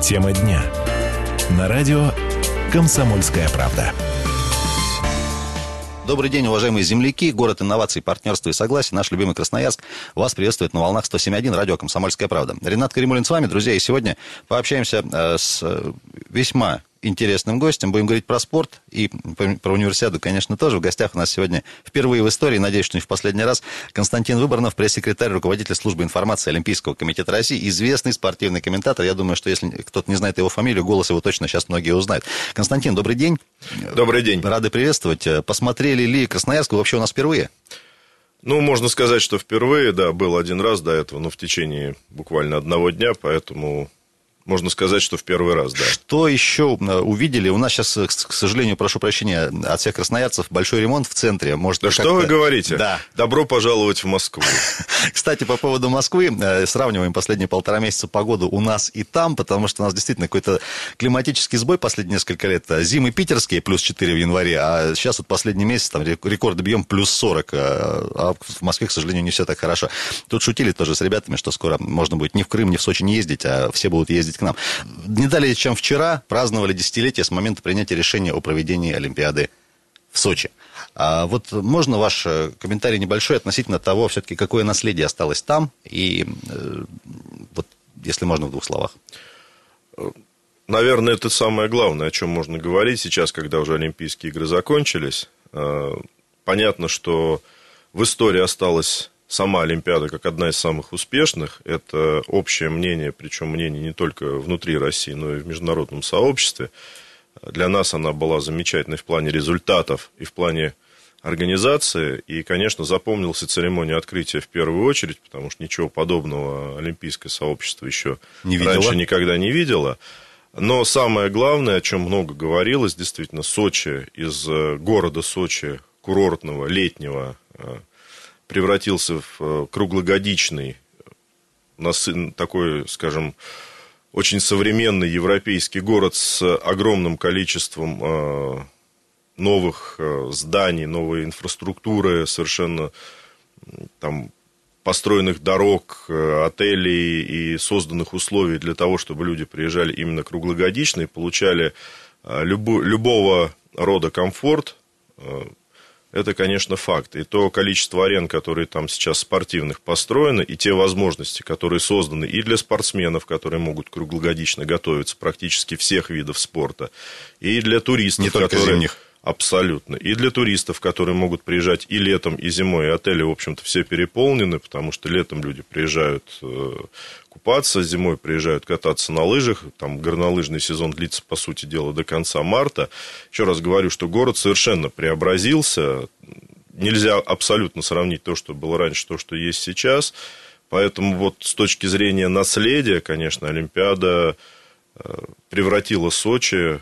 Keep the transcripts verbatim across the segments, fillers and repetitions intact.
Тема дня. На радио «Комсомольская правда». Добрый день, уважаемые земляки. Город инноваций, партнерства и согласия. Наш любимый Красноярск вас приветствует на волнах сто семь и один, радио «Комсомольская правда». Ренат Каримуллин с вами, друзья. И сегодня пообщаемся с весьма интересным гостем. Будем говорить про спорт и про универсиаду, конечно, тоже. В гостях у нас сегодня впервые в истории, надеюсь, что не в последний раз, Константин Выборнов, пресс-секретарь, руководитель службы информации Олимпийского комитета России, известный спортивный комментатор. Я думаю, что если кто-то не знает его фамилию, голос его точно сейчас многие узнают. Константин, добрый день. Добрый день. Рады приветствовать. Посмотрели ли Красноярск вообще у нас впервые? Ну, можно сказать, что впервые, да, был один раз до этого, но в течение буквально одного дня, поэтому... Можно сказать, что в первый раз, да. Что еще увидели? У нас сейчас, к сожалению, прошу прощения от всех красноярцев, большой ремонт в центре. Может, да что вы говорите? Да. Добро пожаловать в Москву. Кстати, по поводу Москвы, сравниваем последние полтора месяца погоду у нас и там, потому что у нас действительно какой-то климатический сбой последние несколько лет. Зимы питерские, плюс четыре в январе, а сейчас вот последний месяц, там рекорды бьем, плюс сорок, а в Москве, к сожалению, не все так хорошо. Тут шутили тоже с ребятами, что скоро можно будет ни в Крым, ни в Сочи не ездить, а все будут ездить к нам. Не далее, чем вчера, праздновали десятилетие с момента принятия решения о проведении Олимпиады в Сочи. А вот можно ваш комментарий небольшой относительно того, все-таки какое наследие осталось там, и э, вот, если можно в двух словах. Наверное, это самое главное, о чем можно говорить сейчас, когда уже Олимпийские игры закончились. Понятно, что в истории осталось... Сама Олимпиада как одна из самых успешных, это общее мнение, причем мнение не только внутри России, но и в международном сообществе. Для нас она была замечательной в плане результатов и в плане организации. И, конечно, запомнилась церемония открытия в первую очередь, потому что ничего подобного олимпийское сообщество еще не раньше никогда не видело. Но самое главное, о чем много говорилось, действительно, Сочи, из города Сочи, курортного, летнего, превратился в круглогодичный, такой, скажем, очень современный европейский город с огромным количеством новых зданий, новой инфраструктуры, совершенно там построенных дорог, отелей и созданных условий для того, чтобы люди приезжали именно круглогодично и получали любо, любого рода комфорт. Это, конечно, факт. И то количество арен, которые там сейчас спортивных построены, и те возможности, которые созданы и для спортсменов, которые могут круглогодично готовиться практически всех видов спорта, и для туристов, не только которые... зимних. Абсолютно. И для туристов, которые могут приезжать и летом, и зимой. И отели, в общем-то, все переполнены, потому что летом люди приезжают купаться, зимой приезжают кататься на лыжах. Там горнолыжный сезон длится, по сути дела, до конца марта. Еще раз говорю, что город совершенно преобразился. Нельзя абсолютно сравнить то, что было раньше, то, что есть сейчас. Поэтому вот с точки зрения наследия, конечно, Олимпиада превратила Сочи...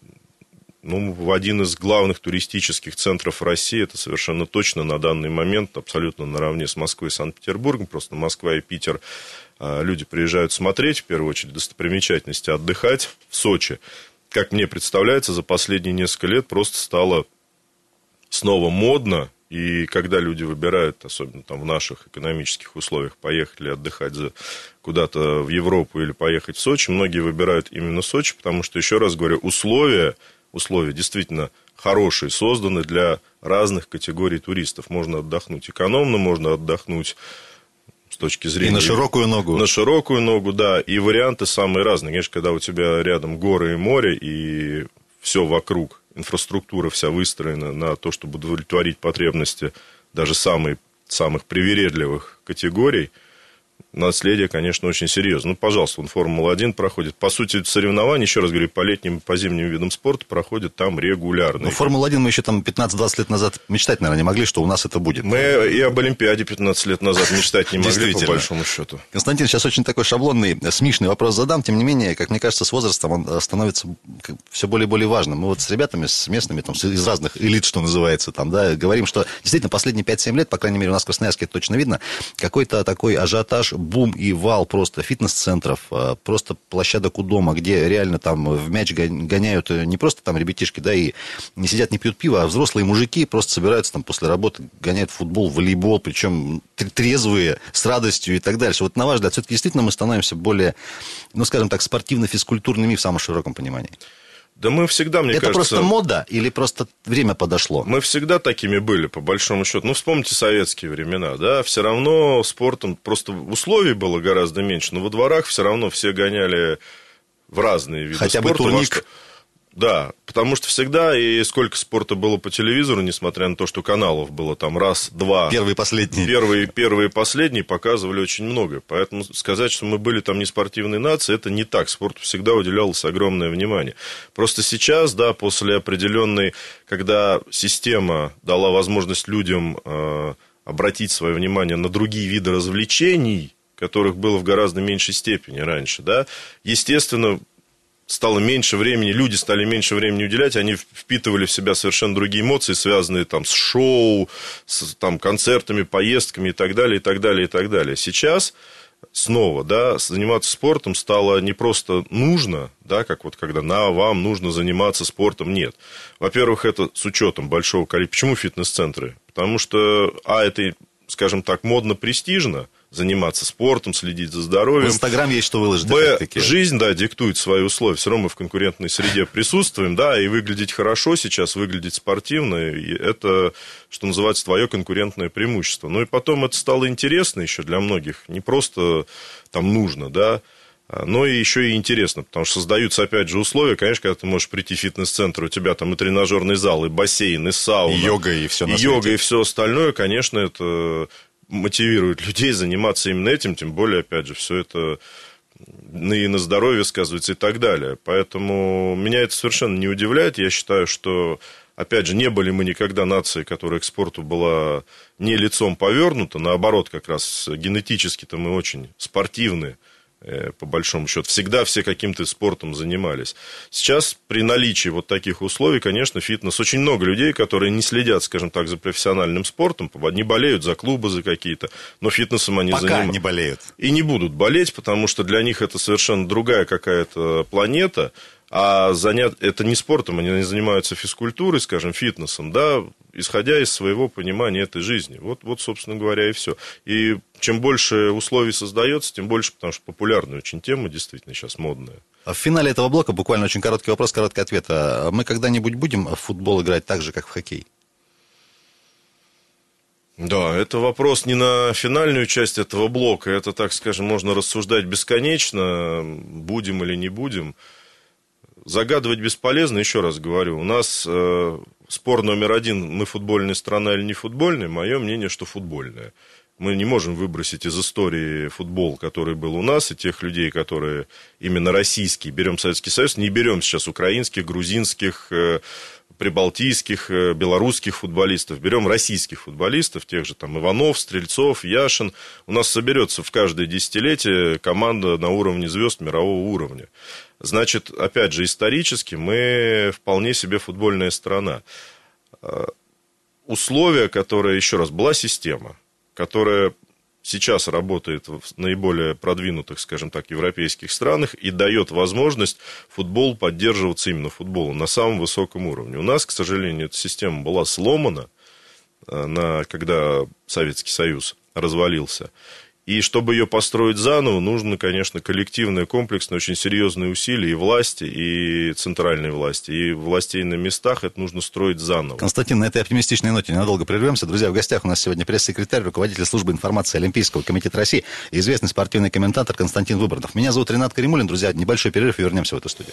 Ну, в один из главных туристических центров России, это совершенно точно на данный момент, абсолютно наравне с Москвой и Санкт-Петербургом. Просто Москва и Питер, люди приезжают смотреть, в первую очередь, достопримечательности, отдыхать. В Сочи, как мне представляется, за последние несколько лет просто стало снова модно. И когда люди выбирают, особенно там в наших экономических условиях, поехать или отдыхать за, куда-то в Европу или поехать в Сочи, многие выбирают именно Сочи, потому что, еще раз говорю, условия... Условия действительно хорошие, созданы для разных категорий туристов. Можно отдохнуть экономно, можно отдохнуть с точки зрения... И на широкую ногу. На широкую ногу, да. И варианты самые разные. Конечно, когда у тебя рядом горы и море, и все вокруг, инфраструктура вся выстроена на то, чтобы удовлетворить потребности даже самых, самых привередливых категорий, наследие, конечно, очень серьезно. Ну, пожалуйста, он Формула один проходит. По сути, соревнования, еще раз говорю, по летним, по зимним видам спорта проходят там регулярно. Ну, Формула один мы еще там пятнадцать-двадцать лет назад мечтать, наверное, не могли, что у нас это будет. Мы и об Олимпиаде пятнадцать лет назад мечтать не могли, по большому счету. Константин, сейчас очень такой шаблонный, смешный вопрос задам. Тем не менее, как мне кажется, с возрастом он становится все более и более важным. Мы вот с ребятами, с местными, там, из разных элит, что называется, там, да, говорим, что действительно последние пять-семь лет, по крайней мере, у нас в Красноярске это точно видно, какой-то такой ажиотаж бум и вал просто фитнес-центров, просто площадок у дома, где реально там в мяч гоняют не просто там ребятишки, да, и не сидят, не пьют пиво, а взрослые мужики просто собираются там после работы, гоняют в футбол, волейбол, причем трезвые, с радостью и так дальше. Вот на ваш взгляд, все-таки действительно мы становимся более, ну, скажем так, спортивно-физкультурными в самом широком понимании? Да мы всегда, мне Это кажется... просто мода или просто время подошло? Мы всегда такими были, по большому счету. Ну, вспомните советские времена, да, все равно спортом просто условий было гораздо меньше, но во дворах все равно все гоняли в разные виды Хотя спорта. бы турник. Да, потому что всегда, и сколько спорта было по телевизору, несмотря на то, что каналов было там раз, два. Первый и последний. Первые, первые и последние показывали очень много. Поэтому сказать, что мы были там не спортивной нацией, это не так. Спорту всегда уделялось огромное внимание. Просто сейчас, да, после определенной, когда система дала возможность людям э, обратить свое внимание на другие виды развлечений, которых было в гораздо меньшей степени раньше, да, естественно, стало меньше времени, люди стали меньше времени уделять, они впитывали в себя совершенно другие эмоции, связанные там с шоу, с там, концертами, поездками и так далее, и так далее, и так далее. Сейчас снова, да, заниматься спортом стало не просто нужно, да, как вот когда на вам нужно заниматься спортом, нет. Во-первых, это с учетом большого количества. Почему фитнес-центры? Потому что, а, это, скажем так, модно-престижно, заниматься спортом, следить за здоровьем. В Инстаграм есть что выложить. Б, жизнь, да, диктует свои условия. Все равно мы в конкурентной среде присутствуем, да, и выглядеть хорошо сейчас, выглядеть спортивно, и это, что называется, твое конкурентное преимущество. Ну и потом это стало интересно еще для многих. Не просто там нужно, да, но и еще и интересно, потому что создаются, опять же, условия, конечно, когда ты можешь прийти в фитнес-центр, у тебя там и тренажерный зал, и бассейн, и сауна. И йога, и все на и свете. йога, и все остальное, конечно, это мотивирует людей заниматься именно этим, тем более, опять же, все это и на здоровье сказывается и так далее. Поэтому меня это совершенно не удивляет. Я считаю, что, опять же, не были мы никогда нацией, которая к спорту была не лицом повернута. Наоборот, как раз генетически-то мы очень спортивные, по большому счету. Всегда все каким-то спортом занимались. Сейчас при наличии вот таких условий, конечно, фитнес. Очень много людей, которые не следят, скажем так, за профессиональным спортом, не болеют за клубы, за какие-то, но фитнесом они Пока занимаются. не болеют. И не будут болеть, потому что для них это совершенно другая какая-то планета. А занят... это не спортом, они не занимаются физкультурой, скажем, фитнесом, да, исходя из своего понимания этой жизни. Вот, вот, собственно говоря, и все. И чем больше условий создается, тем больше, потому что популярная очень тема, действительно, сейчас модная. В финале этого блока буквально очень короткий вопрос, короткий ответ. Мы когда-нибудь будем в футбол играть так же, как в хоккей? Да, это вопрос не на финальную часть этого блока. Это, так скажем, можно рассуждать бесконечно, будем или не будем. Загадывать бесполезно, еще раз говорю. У нас э, спор номер один, мы футбольная страна или не футбольная. Мое мнение, что футбольная. Мы не можем выбросить из истории футбол, который был у нас, и тех людей, которые именно российские. Берем Советский Союз, не берем сейчас украинских, грузинских, э, прибалтийских, э, белорусских футболистов. Берем российских футболистов, тех же там Иванов, Стрельцов, Яшин. У нас соберется в каждое десятилетие команда на уровне звезд мирового уровня. Значит, опять же, исторически мы вполне себе футбольная страна. Условия, которые, еще раз, была система, которая сейчас работает в наиболее продвинутых, скажем так, европейских странах и дает возможность футболу поддерживаться именно футболом на самом высоком уровне. У нас, к сожалению, эта система была сломана, на, когда Советский Союз развалился. И чтобы ее построить заново, нужно, конечно, коллективное, комплексное, очень серьезные усилия и власти, и центральной власти, и властей на местах. Это нужно строить заново. Константин, на этой оптимистичной ноте ненадолго прервемся. Друзья, в гостях у нас сегодня пресс-секретарь, руководитель службы информации Олимпийского комитета России и известный спортивный комментатор Константин Выборнов. Меня зовут Ренат Каримулин. Друзья, небольшой перерыв и вернемся в эту студию.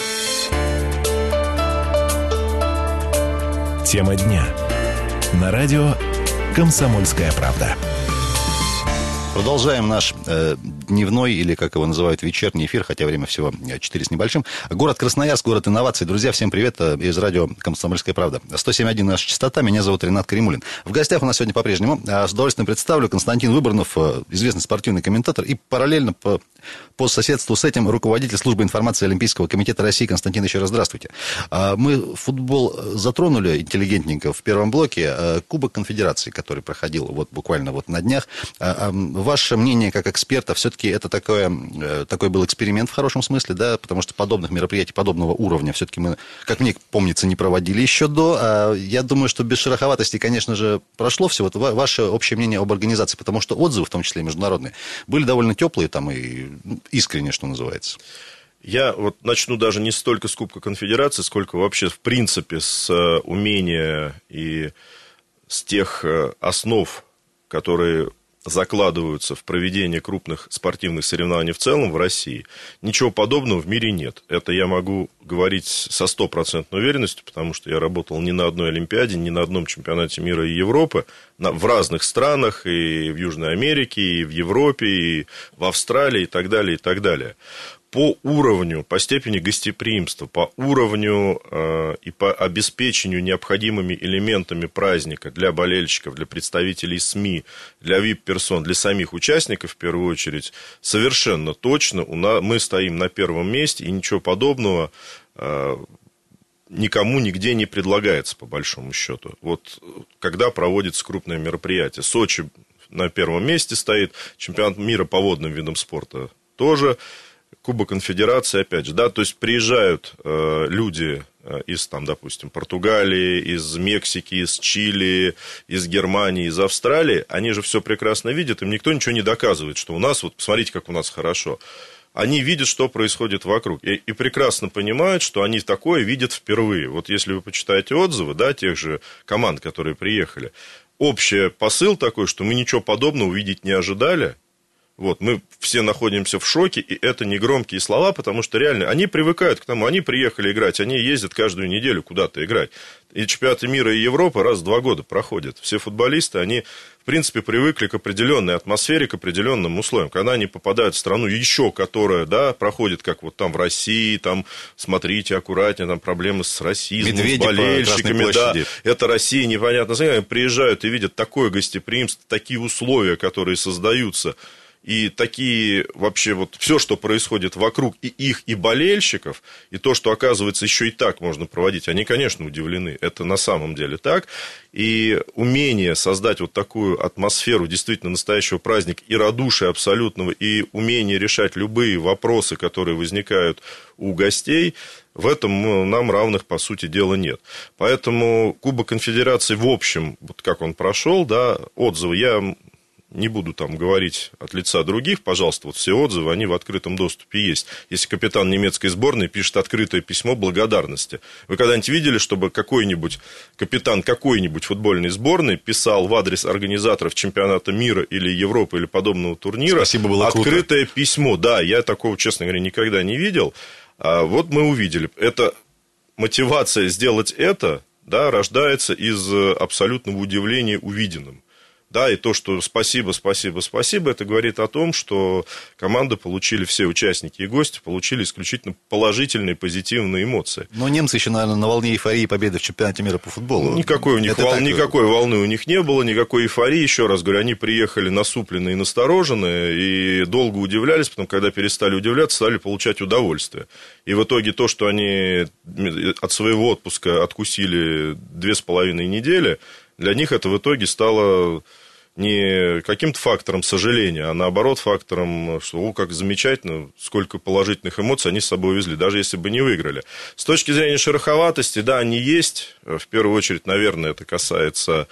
Тема дня. На радио «Комсомольская правда». Продолжаем наш э, дневной, или, как его называют, вечерний эфир, хотя время всего четыре с небольшим. Город Красноярск, город инноваций. Друзья, всем привет из радио «Комсомольская правда». сто семь и один наша частота, меня зовут Ренат Каримулин. В гостях у нас сегодня по-прежнему, с удовольствием представлю, Константин Выборнов, известный спортивный комментатор, и параллельно по, по соседству с этим руководитель службы информации Олимпийского комитета России. Константин, еще раз здравствуйте. Мы футбол затронули интеллигентненько в первом блоке. Кубок конфедерации, который проходил вот буквально вот на днях. ваше мнение как эксперта, все-таки это такое, такой был эксперимент в хорошем смысле, да, потому что подобных мероприятий, подобного уровня все-таки мы, как мне помнится, не проводили еще до. Я думаю, что без шероховатости, конечно же, прошло все. Вот ваше общее мнение об организации, потому что отзывы, в том числе и международные, были довольно теплые там и искренние, что называется. Я вот начну даже не столько с Кубка Конфедерации, сколько вообще, в принципе, с умения и с тех основ, которые закладываются в проведение крупных спортивных соревнований в целом в России. Ничего подобного в мире нет. Это я могу говорить со стопроцентной уверенностью, потому что я работал не на одной Олимпиаде, не на одном чемпионате мира и Европы, в разных странах, и в Южной Америке, и в Европе, и в Австралии, и так далее, и так далее. По уровню, по степени гостеприимства, по уровню э, и по обеспечению необходимыми элементами праздника для болельщиков, для представителей СМИ, для ви ай пи-персон, для самих участников, в первую очередь, совершенно точно у нас, мы стоим на первом месте, и ничего подобного э, никому нигде не предлагается, по большому счету. Вот когда проводится крупное мероприятие. Сочи на первом месте стоит, чемпионат мира по водным видам спорта тоже, Кубок Конфедерации, опять же, да, то есть приезжают э, люди из, там, допустим, Португалии, из Мексики, из Чили, из Германии, из Австралии, они же все прекрасно видят, им никто ничего не доказывает, что у нас, вот посмотрите, как у нас хорошо. Они видят, что происходит вокруг, и, и прекрасно понимают, что они такое видят впервые. Вот если вы почитаете отзывы, да, тех же команд, которые приехали, общий посыл такой, что мы ничего подобного увидеть не ожидали. Вот, мы все находимся в шоке, и это не громкие слова, потому что реально они привыкают к тому, они приехали играть, они ездят каждую неделю куда-то играть. И чемпионаты мира и Европы раз в два года проходят. Все футболисты, они, в принципе, привыкли к определенной атмосфере, к определенным условиям. Когда они попадают в страну еще, которая, да, проходит, как вот там в России, там, смотрите, аккуратнее, там проблемы с расизмом, медведи с болельщиками, да, это Россия, непонятно. Они приезжают и видят такое гостеприимство, такие условия, которые создаются. И такие вообще вот все, что происходит вокруг и их, и болельщиков, и то, что, оказывается, еще и так можно проводить, они, конечно, удивлены. Это на самом деле так. И умение создать вот такую атмосферу действительно настоящего праздника и радушия абсолютного, и умение решать любые вопросы, которые возникают у гостей, в этом нам равных, по сути дела, нет. Поэтому Кубок Конфедерации, в общем, вот как он прошел, да, отзывы я... Не буду там говорить от лица других, пожалуйста, вот все отзывы, они в открытом доступе есть. Если капитан немецкой сборной пишет открытое письмо благодарности. Вы когда-нибудь видели, чтобы какой-нибудь капитан какой-нибудь футбольной сборной писал в адрес организаторов чемпионата мира или Европы или подобного турнира Спасибо, было открытое круто. Письмо? Да, я такого, честно говоря, никогда не видел. А вот мы увидели. Это мотивация сделать это, да, рождается из абсолютного удивления увиденным. Да, и то, что спасибо, спасибо, спасибо, это говорит о том, что команда получили, все участники и гости получили исключительно положительные, позитивные эмоции. Но немцы еще, наверное, на волне эйфории победы в чемпионате мира по футболу. Никакой, у них вол... так... никакой волны у них не было, никакой эйфории. Еще раз говорю, они приехали насупленные и настороженные, и долго удивлялись, потом, когда перестали удивляться, стали получать удовольствие. И в итоге то, что они от своего отпуска откусили две с половиной недели, для них это в итоге стало не каким-то фактором сожаления, а наоборот фактором, что о, как замечательно, сколько положительных эмоций они с собой увезли, даже если бы не выиграли. С точки зрения шероховатости, да, они есть. В первую очередь, наверное, это касается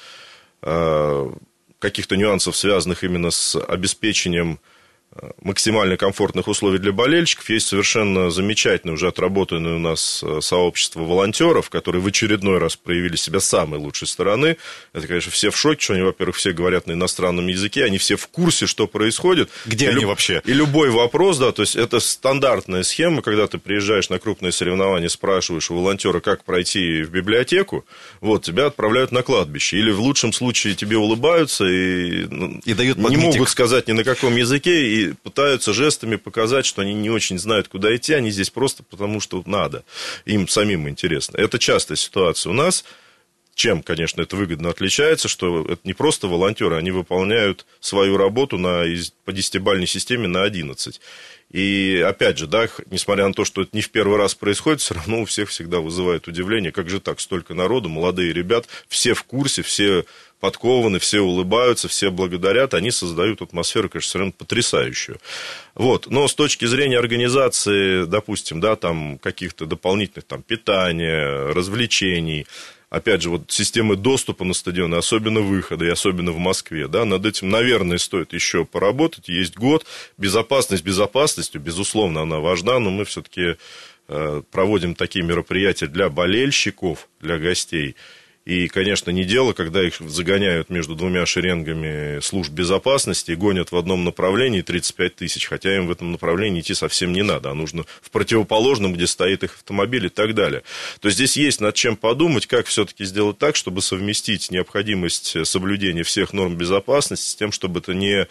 э, каких-то нюансов, связанных именно с обеспечением максимально комфортных условий для болельщиков. Есть совершенно замечательное, уже отработанное у нас сообщество волонтеров, которые в очередной раз проявили себя с самой лучшей стороны. Это, конечно, все в шоке, что они, во-первых, все говорят на иностранном языке, они все в курсе, что происходит. Где и они люб... вообще? И любой вопрос, да, то есть это стандартная схема, когда ты приезжаешь на крупные соревнования, спрашиваешь у волонтера, как пройти в библиотеку, вот, тебя отправляют на кладбище. Или в лучшем случае тебе улыбаются и, и дают не подметик. могут сказать ни на каком языке, и И пытаются жестами показать, что они не очень знают, куда идти, они здесь просто потому, что надо. Им самим интересно. Это частая ситуация у нас. чем, конечно, это выгодно отличается, что это не просто волонтеры, они выполняют свою работу на, по десятибалльной системе на одиннадцать. И опять же, да, несмотря на то, что это не в первый раз происходит, все равно у всех всегда вызывает удивление, как же так, столько народу, молодые ребят, все в курсе, все подкованы, все улыбаются, все благодарят, они создают атмосферу, конечно, совершенно потрясающую. Вот. Но с точки зрения организации, допустим, да, там каких-то дополнительных там, питания, развлечений, опять же, вот системы доступа на стадионы, особенно выхода, и особенно в Москве, да, над этим, наверное, стоит еще поработать, есть год. Безопасность безопасностью, безусловно, она важна, но мы все-таки проводим такие мероприятия для болельщиков, для гостей. И, конечно, не дело, когда их загоняют между двумя шеренгами служб безопасности и гонят в одном направлении тридцать пять тысяч, хотя им в этом направлении идти совсем не надо, а нужно в противоположном, где стоит их автомобиль и так далее. То есть здесь есть над чем подумать, как все-таки сделать так, чтобы совместить необходимость соблюдения всех норм безопасности с тем, чтобы это не,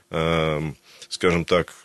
скажем так,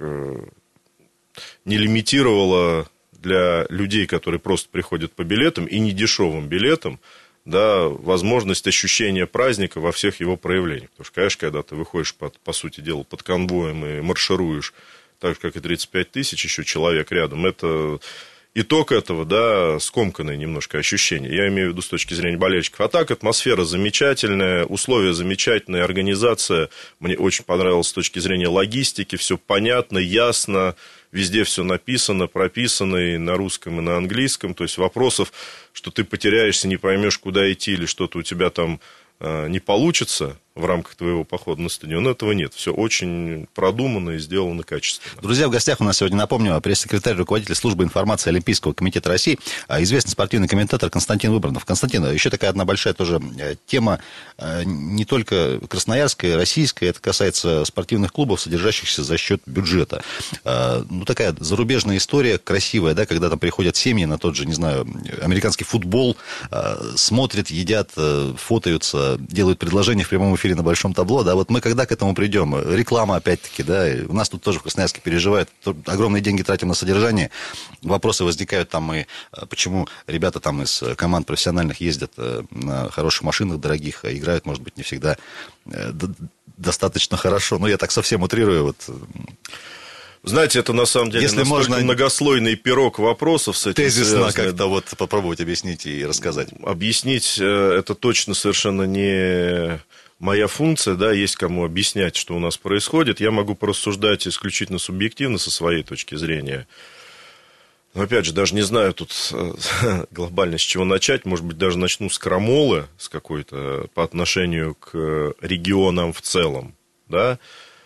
не лимитировало для людей, которые просто приходят по билетам и недешевым билетам, да, возможность ощущения праздника во всех его проявлениях. Потому что, конечно, когда ты выходишь, под, по сути дела, под конвоем и маршируешь, так же, как и тридцать пять тысяч еще человек рядом, это итог этого, да, скомканное немножко ощущение. Я имею в виду с точки зрения болельщиков. А так, атмосфера замечательная, условия замечательные, организация мне очень понравилась с точки зрения логистики, все понятно, ясно. Везде все написано, прописано и на русском, и на английском. То есть вопросов, что ты потеряешься, не поймешь, куда идти, или что-то у тебя там э, не получится в рамках твоего похода на стадион, этого нет. Все очень продумано и сделано качественно. Друзья, в гостях у нас сегодня, напомню, пресс-секретарь, руководитель службы информации Олимпийского комитета России, известный спортивный комментатор Константин Выбранов. Константин, еще такая одна большая тоже тема, не только красноярская, российская, это касается спортивных клубов, содержащихся за счет бюджета. Ну, такая зарубежная история, красивая, да, когда там приходят семьи на тот же, не знаю, американский футбол, смотрят, едят, фотаются, делают предложения в прямом эфире на большом табло, да, вот мы когда к этому придем? Реклама, опять-таки, да, у нас тут тоже в Красноярске переживают, огромные деньги тратим на содержание, вопросы возникают там и почему ребята там из команд профессиональных ездят на хороших машинах дорогих, а играют, может быть, не всегда достаточно хорошо, ну, я так совсем утрирую, вот... Знаете, это на самом деле Если настолько можно многослойный пирог вопросов с этим тезисно как-то вот попробовать объяснить и рассказать. Объяснить это точно совершенно не моя функция, да, есть кому объяснять, что у нас происходит. Я могу порассуждать исключительно субъективно со своей точки зрения. Но, опять же, даже не знаю тут глобально с чего начать. Может быть, даже начну с крамолы, с какой-то по отношению к регионам в целом, да.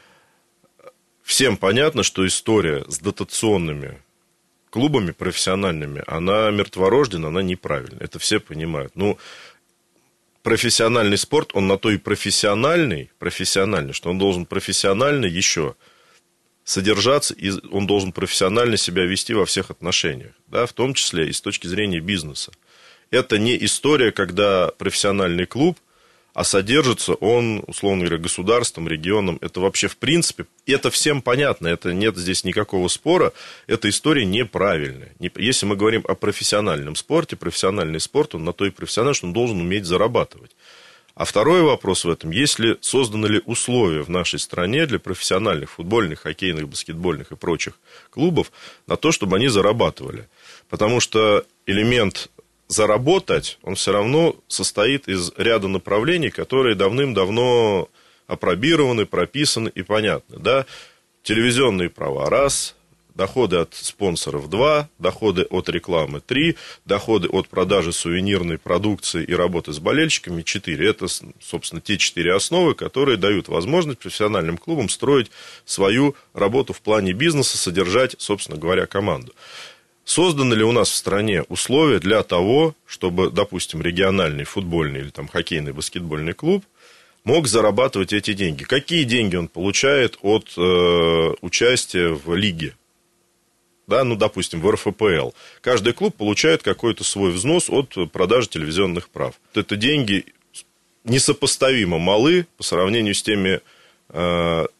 Всем понятно, что история с дотационными клубами профессиональными, она мертворождена, она неправильная. Это все понимают. Ну, профессиональный спорт, он на то и профессиональный, профессиональный, что он должен профессионально еще содержаться, и он должен профессионально себя вести во всех отношениях, да, в том числе и с точки зрения бизнеса. Это не история, когда профессиональный клуб, а содержится он, условно говоря, государством, регионом. Это вообще в принципе, это всем понятно, это нет здесь никакого спора, эта история неправильная. Если мы говорим о профессиональном спорте, профессиональный спорт, он на то и профессиональный, что он должен уметь зарабатывать. А второй вопрос в этом, есть ли, созданы ли условия в нашей стране для профессиональных футбольных, хоккейных, баскетбольных и прочих клубов на то, чтобы они зарабатывали. Потому что элемент заработать, он все равно состоит из ряда направлений, которые давным-давно апробированы, прописаны и понятны. Да? Телевизионные права – раз, доходы от спонсоров – два, доходы от рекламы – три, доходы от продажи сувенирной продукции и работы с болельщиками – четыре. Это, собственно, те четыре основы, которые дают возможность профессиональным клубам строить свою работу в плане бизнеса, содержать, собственно говоря, команду. Созданы ли у нас в стране условия для того, чтобы, допустим, региональный футбольный или там, хоккейный, баскетбольный клуб мог зарабатывать эти деньги? Какие деньги он получает от э, участия в лиге? Да, ну, допустим, в эр эф пэ эл. Каждый клуб получает какой-то свой взнос от продажи телевизионных прав. Это деньги несопоставимо малы по сравнению с теми э,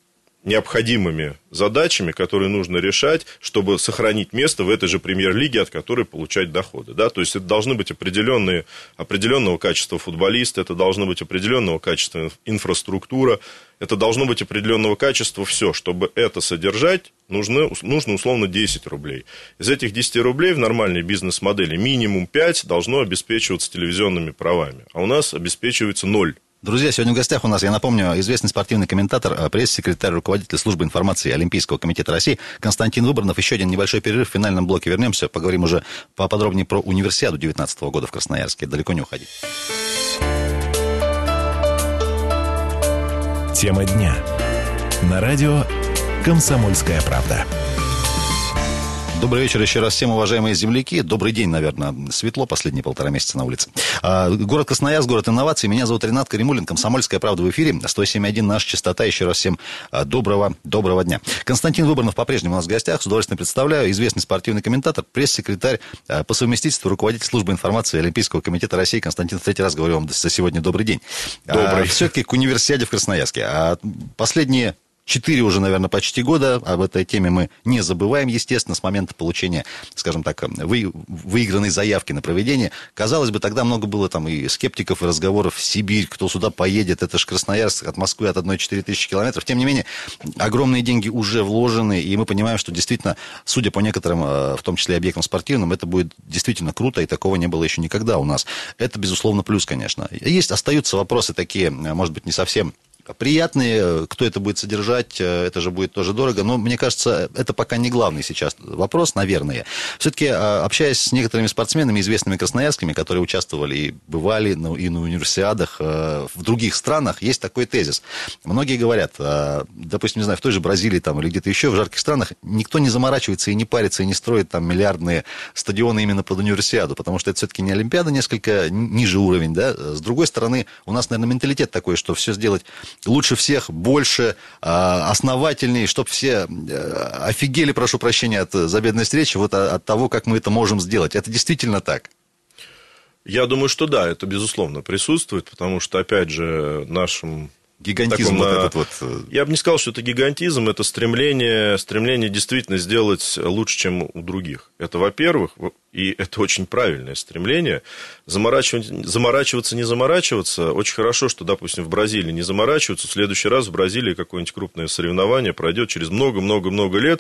необходимыми задачами, которые нужно решать, чтобы сохранить место в этой же премьер-лиге, от которой получать доходы. Да? То есть это должны быть определенные, определенного качества футболисты, это должно быть определенного качества инфраструктура, это должно быть определенного качества все. Чтобы это содержать, нужно, нужно условно десять рублей. Из этих десяти рублей в нормальной бизнес-модели минимум пять должно обеспечиваться телевизионными правами, а у нас обеспечивается ноль. Друзья, сегодня в гостях у нас, я напомню, известный спортивный комментатор, пресс-секретарь, руководитель службы информации Олимпийского комитета России Константин Выборнов. Еще один небольшой перерыв. В финальном блоке вернемся. Поговорим уже поподробнее про универсиаду две тысячи девятнадцатого года в Красноярске. Далеко не уходить. Тема дня. На радио «Комсомольская правда». Добрый вечер еще раз всем, уважаемые земляки. Добрый день, наверное. Светло последние полтора месяца на улице. Город Красноярск, город инноваций. Меня зовут Ренат Каримуллин. «Комсомольская правда» в эфире. сто семь и один наша частота. Еще раз всем доброго, доброго дня. Константин Выборнов по-прежнему у нас в гостях. С удовольствием представляю. Известный спортивный комментатор, пресс-секретарь, по совместительству руководитель службы информации Олимпийского комитета России. Константин, в третий раз говорю вам за сегодня добрый день. Добрый. Все-таки к универсиаде в Красноярске. Последние... Четыре уже, наверное, почти года. Об этой теме мы не забываем, естественно, с момента получения, скажем так, вы, выигранной заявки на проведение. Казалось бы, тогда много было там и скептиков, и разговоров в Сибирь, кто сюда поедет. Это же Красноярск, от Москвы от одной четыре тысячи километров. Тем не менее, огромные деньги уже вложены, и мы понимаем, что действительно, судя по некоторым, в том числе объектам спортивным, это будет действительно круто, и такого не было еще никогда у нас. Это, безусловно, плюс, конечно. Есть, остаются вопросы такие, может быть, не совсем... приятные, кто это будет содержать, это же будет тоже дорого, но мне кажется, это пока не главный сейчас вопрос, наверное. Все-таки, общаясь с некоторыми спортсменами, известными красноярскими, которые участвовали и бывали и на универсиадах в других странах, есть такой тезис. Многие говорят, допустим, не знаю, в той же Бразилии там, или где-то еще в жарких странах, никто не заморачивается и не парится, и не строит там миллиардные стадионы именно под универсиаду, потому что это все-таки не Олимпиада, несколько ниже уровень, да. С другой стороны, у нас, наверное, менталитет такой, что все сделать лучше всех, больше, основательнее, чтобы все офигели, прошу прощения от забедности речи, вот от того, как мы это можем сделать. Это действительно так? Я думаю, что да, это безусловно присутствует, потому что, опять же, нашим... Гигантизм таком, вот этот вот. Я бы не сказал, что это гигантизм, это стремление, стремление действительно сделать лучше, чем у других. Это, во-первых, и это очень правильное стремление. Заморачивать, заморачиваться, не заморачиваться. Очень хорошо, что, допустим, в Бразилии не заморачиваются. В следующий раз в Бразилии какое-нибудь крупное соревнование пройдет через много-много-много лет.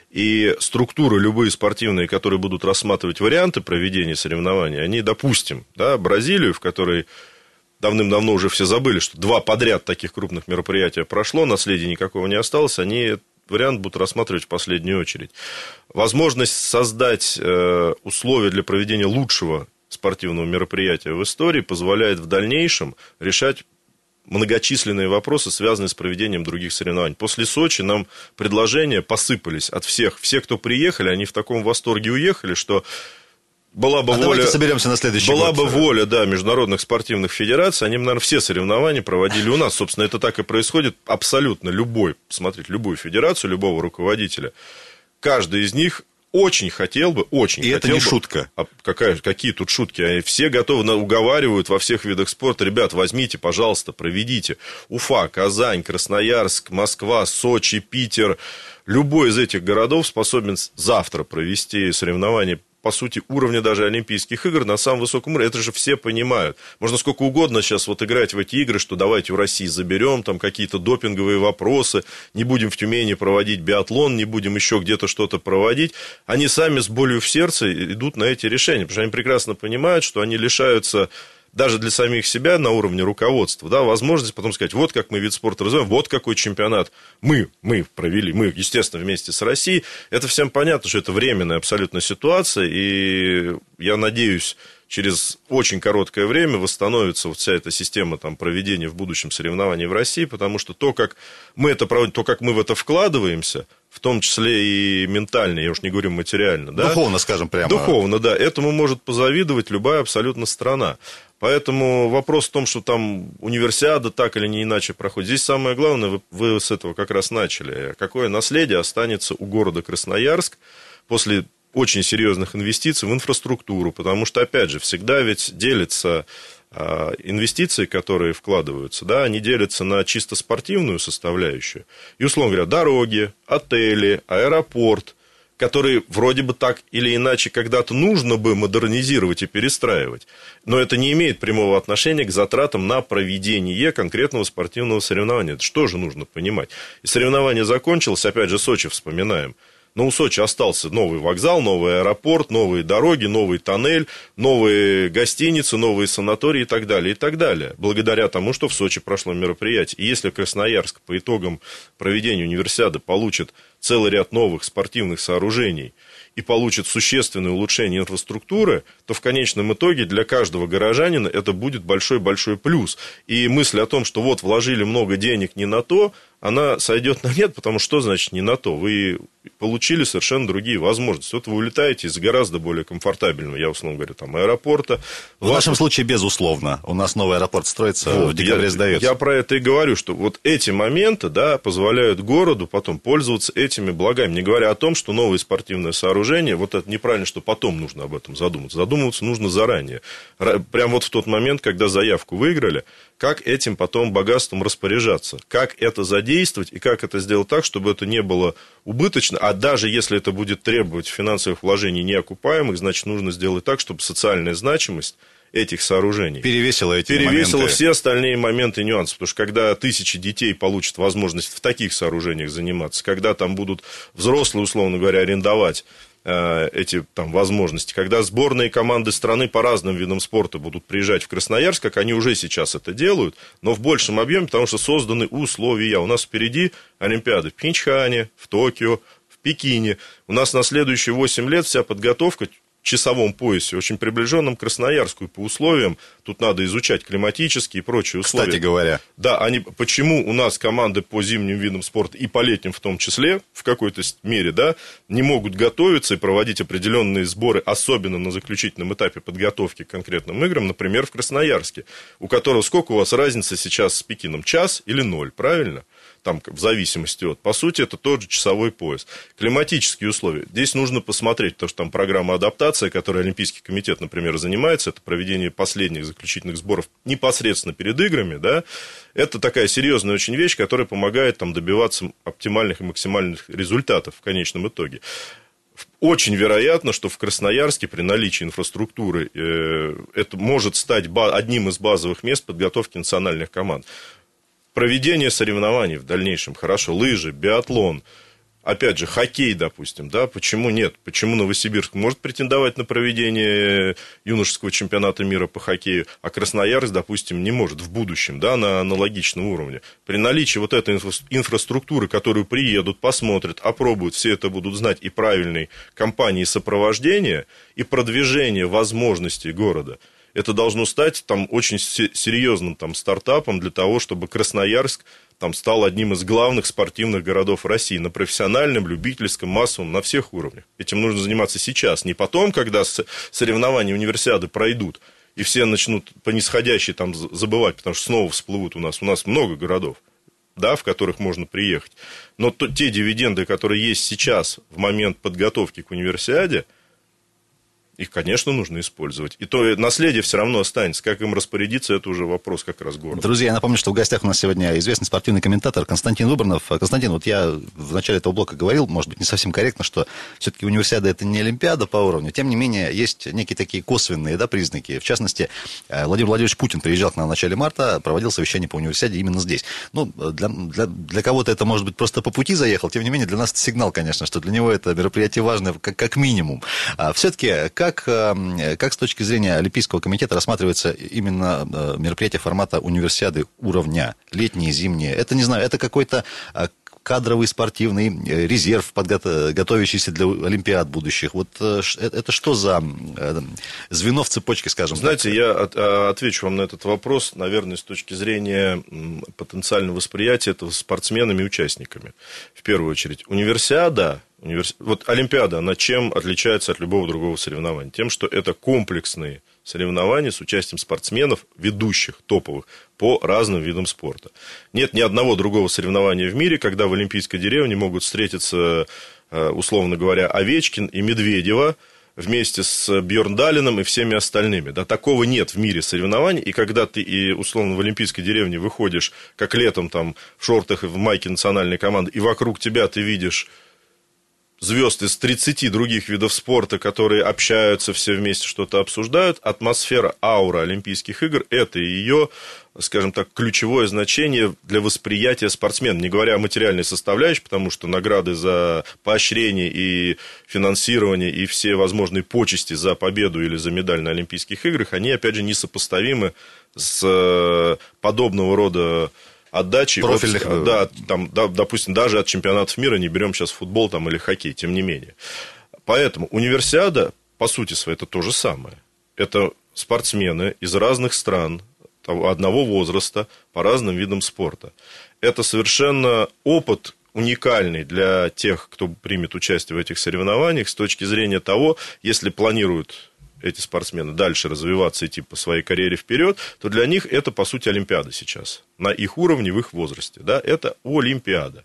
И структуры любые спортивные, которые будут рассматривать варианты проведения соревнований, они, допустим, да, Бразилию, в которой... давным-давно уже все забыли, что два подряд таких крупных мероприятия прошло, наследия никакого не осталось, они вариант будут рассматривать в последнюю очередь. Возможность создать условия для проведения лучшего спортивного мероприятия в истории позволяет в дальнейшем решать многочисленные вопросы, связанные с проведением других соревнований. После Сочи нам предложения посыпались от всех. Все, кто приехали, они в таком восторге уехали, что... Была бы а воля, давайте соберемся на следующий была год. бы воля, да, международных спортивных федераций, они бы, наверное, все соревнования проводили у нас. Собственно, это так и происходит абсолютно любой, посмотрите, любую федерацию, любого руководителя. Каждый из них очень хотел бы, очень и хотел это не бы, шутка. А какая, какие тут шутки? Они все готовы, уговаривают во всех видах спорта. Ребят, возьмите, пожалуйста, проведите. Уфа, Казань, Красноярск, Москва, Сочи, Питер. Любой из этих городов способен завтра провести соревнования, по сути, уровня даже Олимпийских игр на самом высоком уровне. Это же все понимают. Можно сколько угодно сейчас вот играть в эти игры, что давайте у России заберем там какие-то допинговые вопросы, не будем в Тюмени проводить биатлон, не будем еще где-то что-то проводить. Они сами с болью в сердце идут на эти решения, потому что они прекрасно понимают, что они лишаются... даже для самих себя на уровне руководства, да, возможность потом сказать, вот как мы вид спорта развиваем, вот какой чемпионат мы, мы провели, мы, естественно, вместе с Россией. Это всем понятно, что это временная абсолютно ситуация, и я надеюсь, через очень короткое время восстановится вот вся эта система там, проведения в будущем соревнований в России, потому что то, как мы это проводим, то, как мы в это вкладываемся, в том числе и ментально, я уж не говорю материально, да? Духовно, скажем прямо. Духовно, да. Этому может позавидовать любая абсолютно страна. Поэтому вопрос в том, что там универсиада так или не иначе проходит. Здесь самое главное, вы, вы с этого как раз начали. Какое наследие останется у города Красноярск после очень серьезных инвестиций в инфраструктуру, потому что, опять же, всегда ведь делится инвестиции, которые вкладываются, да, они делятся на чисто спортивную составляющую. И, условно говоря, дороги, отели, аэропорт, которые вроде бы так или иначе когда-то нужно бы модернизировать и перестраивать. Но это не имеет прямого отношения к затратам на проведение конкретного спортивного соревнования. Это что же нужно понимать? И соревнование закончилось, опять же, Сочи вспоминаем. Но у Сочи остался новый вокзал, новый аэропорт, новые дороги, новый тоннель, новые гостиницы, новые санатории и так далее, и так далее. Благодаря тому, что в Сочи прошло мероприятие. И если Красноярск по итогам проведения универсиады получит целый ряд новых спортивных сооружений и получит существенное улучшение инфраструктуры, то в конечном итоге для каждого горожанина это будет большой-большой плюс. И мысль о том, что вот вложили много денег не на то, она сойдет на нет, потому что что значит не на то? Вы получили совершенно другие возможности. Вот вы улетаете из гораздо более комфортабельного, я условно говорю, там, аэропорта. В нашем вас... случае, безусловно. У нас новый аэропорт строится, вот, в декабре я, сдается. Я про это и говорю, что вот эти моменты, да, позволяют городу потом пользоваться этими благами. Не говоря о том, что новые спортивные сооружения, вот это неправильно, что потом нужно об этом задуматься. Задумываться нужно заранее. Прямо вот в тот момент, когда заявку выиграли, как этим потом богатством распоряжаться, как это задействовать и как это сделать так, чтобы это не было убыточно, а даже если это будет требовать финансовых вложений неокупаемых, значит, нужно сделать так, чтобы социальная значимость этих сооружений перевесила эти перевесила моменты. все остальные моменты и нюансы. Потому что когда тысячи детей получат возможность в таких сооружениях заниматься, когда там будут взрослые, условно говоря, арендовать эти там возможности, когда сборные команды страны по разным видам спорта будут приезжать в Красноярск, как они уже сейчас это делают, но в большем объеме, потому что созданы условия. У нас впереди Олимпиады в Пхенчхане, в Токио, в Пекине. У нас на следующие восемь лет вся подготовка в часовом поясе, очень приближенном к Красноярску, и по условиям, тут надо изучать климатические и прочие условия. Кстати говоря. Да, они, почему у нас команды по зимним видам спорта, и по летним в том числе, в какой-то мере, да, не могут готовиться и проводить определенные сборы, особенно на заключительном этапе подготовки к конкретным играм, например, в Красноярске, у которого сколько у вас разница сейчас с Пекином? Час или ноль, правильно? Там, в зависимости от, по сути, это тот же часовой пояс. Климатические условия. Здесь нужно посмотреть, потому что там программа адаптации, которой Олимпийский комитет, например, занимается, это проведение последних заключительных сборов непосредственно перед играми, да, это такая серьезная очень вещь, которая помогает там добиваться оптимальных и максимальных результатов в конечном итоге. Очень вероятно, что в Красноярске при наличии инфраструктуры э, это может стать ба- одним из базовых мест подготовки национальных команд. Проведение соревнований в дальнейшем, хорошо, лыжи, биатлон, опять же, хоккей, допустим, да, почему нет? Почему Новосибирск может претендовать на проведение юношеского чемпионата мира по хоккею, а Красноярск, допустим, не может в будущем, да, на аналогичном уровне? При наличии вот этой инфра- инфраструктуры, которую приедут, посмотрят, опробуют, все это будут знать, и правильной кампании сопровождения, и продвижения возможностей города, это должно стать там очень серьезным там стартапом для того, чтобы Красноярск там стал одним из главных спортивных городов России на профессиональном, любительском, массовом, на всех уровнях. Этим нужно заниматься сейчас, не потом, когда соревнования универсиады пройдут, и все начнут по нисходящей там забывать, потому что снова всплывут у нас, у нас много городов, да, в которых можно приехать. Но то, те дивиденды, которые есть сейчас в момент подготовки к универсиаде, их, конечно, нужно использовать. И то наследие все равно останется. Как им распорядиться, это уже вопрос как раз города. Друзья, я напомню, что в гостях у нас сегодня известный спортивный комментатор Константин Выборнов. Константин, вот я в начале этого блока говорил, может быть, не совсем корректно, что все-таки универсиада – это не Олимпиада по уровню. Тем не менее, есть некие такие косвенные, да, признаки. В частности, Владимир Владимирович Путин приезжал к нам в начале марта, проводил совещание по универсиаде именно здесь. Ну, для, для, для кого-то это, может быть, просто по пути заехал. Тем не менее, для нас это сигнал, конечно, что для него это мероприятие важное, как, как минимум. А все-таки, как Как, как с точки зрения Олимпийского комитета рассматривается именно мероприятие формата универсиады уровня, летние, зимние? Это, не знаю, это какой-то кадровый спортивный резерв, готовящийся для Олимпиад будущих. Вот это что за звено в цепочке, скажем Знаете, так? я отвечу вам на этот вопрос, наверное, с точки зрения потенциального восприятия этого спортсменами и участниками. В первую очередь, универсиада, универс... вот Олимпиада, она чем отличается от любого другого соревнования? Тем, что это комплексные соревнования с участием спортсменов, ведущих, топовых, по разным видам спорта. Нет ни одного другого соревнования в мире, когда в Олимпийской деревне могут встретиться, условно говоря, Овечкин и Медведева, вместе с Бьорн Далином и всеми остальными. Да, такого нет в мире соревнований. И когда ты, и, условно, в Олимпийской деревне выходишь, как летом, там, в шортах и в майке национальной команды, и вокруг тебя ты видишь звезд из тридцати других видов спорта, которые общаются все вместе, что-то обсуждают, атмосфера, аура Олимпийских игр – это ее, скажем так, ключевое значение для восприятия спортсмена, не говоря о материальной составляющей, потому что награды за поощрение и финансирование и все возможные почести за победу или за медаль на Олимпийских играх, они, опять же, несопоставимы с подобного рода отдачи, профильных, от, да, там, да, допустим, даже от чемпионатов мира, не берем сейчас футбол там, или хоккей, тем не менее. Поэтому универсиада, по сути своей, это то же самое. Это спортсмены из разных стран, одного возраста, по разным видам спорта. Это совершенно опыт уникальный для тех, кто примет участие в этих соревнованиях, с точки зрения того, если планируют эти спортсмены дальше развиваться, идти по своей карьере вперед, то для них это, по сути, Олимпиада сейчас. На их уровне, в их возрасте. Да? Это Олимпиада.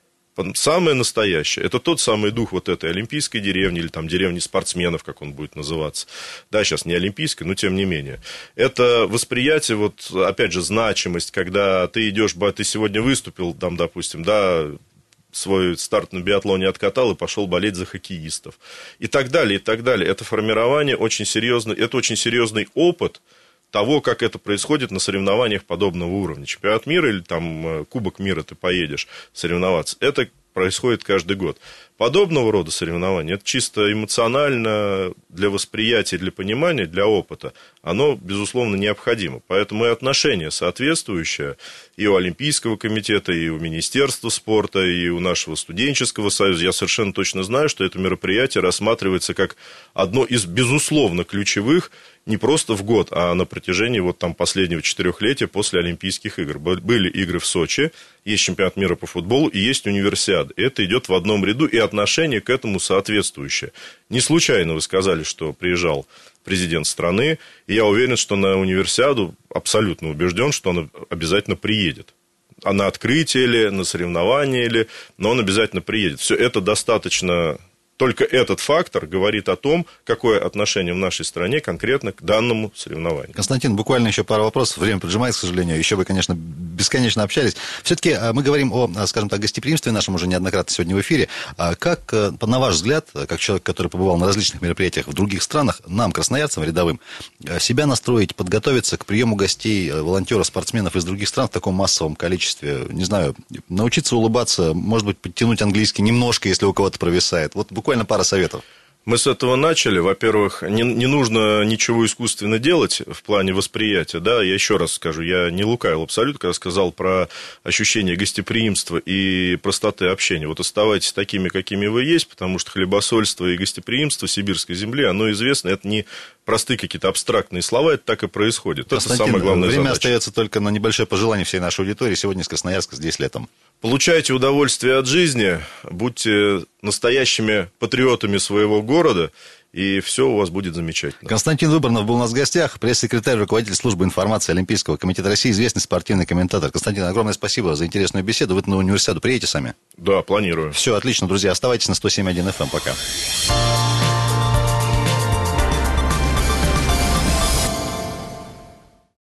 Самое настоящее. Это тот самый дух вот этой олимпийской деревни, или там деревни спортсменов, как он будет называться. Да, сейчас не олимпийской, но тем не менее. Это восприятие, вот, опять же, значимость, когда ты идешь, ты сегодня выступил, там, допустим, да, свой старт на биатлоне откатал и пошел болеть за хоккеистов. И так далее, и так далее. Это формирование очень серьезный, это очень серьезный опыт того, как это происходит на соревнованиях подобного уровня. Чемпионат мира или там Кубок мира ты поедешь соревноваться. Это происходит каждый год. Подобного рода соревнования, это чисто эмоционально для восприятия, для понимания, для опыта, оно, безусловно, необходимо. Поэтому и отношение соответствующее и у Олимпийского комитета, и у Министерства спорта, и у нашего студенческого союза. Я совершенно точно знаю, что это мероприятие рассматривается как одно из, безусловно, ключевых не просто в год, а на протяжении вот там последнего четырехлетия после Олимпийских игр. Были игры в Сочи, есть чемпионат мира по футболу и есть универсиада. Это идет в одном ряду, и отношение к этому соответствующее. Не случайно вы сказали, что приезжал президент страны, и я уверен, что на универсиаду, абсолютно убежден, что он обязательно приедет. А на открытие или на соревнования или, но он обязательно приедет. Все это достаточно. Только этот фактор говорит о том, какое отношение в нашей стране конкретно к данному соревнованию. Константин, буквально еще пару вопросов. Время поджимает, к сожалению. Еще бы, конечно, бесконечно общались. Все-таки мы говорим о, скажем так, гостеприимстве нашем уже неоднократно сегодня в эфире. Как, на ваш взгляд, как человек, который побывал на различных мероприятиях в других странах, нам, красноярцам рядовым, себя настроить, подготовиться к приему гостей, волонтеров, спортсменов из других стран в таком массовом количестве? Не знаю, научиться улыбаться, может быть, подтянуть английский немножко, если у кого-то провисает. Вот буквально Буквально пара советов. Мы с этого начали. Во-первых, не, не нужно ничего искусственно делать в плане восприятия. Да? Я еще раз скажу, я не лукавил абсолютно, когда сказал про ощущение гостеприимства и простоты общения. Вот оставайтесь такими, какими вы есть, потому что хлебосольство и гостеприимство сибирской земли, оно известно, это не простые какие-то абстрактные слова, это так и происходит. Константин, это самая главная время задача. остается только на небольшое пожелание всей нашей аудитории. Сегодня из Красноярска, здесь летом. Получайте удовольствие от жизни, будьте настоящими патриотами своего города, и все у вас будет замечательно. Константин Выборнов был у нас в гостях, пресс-секретарь, руководитель службы информации Олимпийского комитета России, известный спортивный комментатор. Константин, огромное спасибо за интересную беседу. Вы на универсиаду приедете сами? Да, планирую. Все, отлично, друзья. Оставайтесь на сто семь и один эф эм. Пока.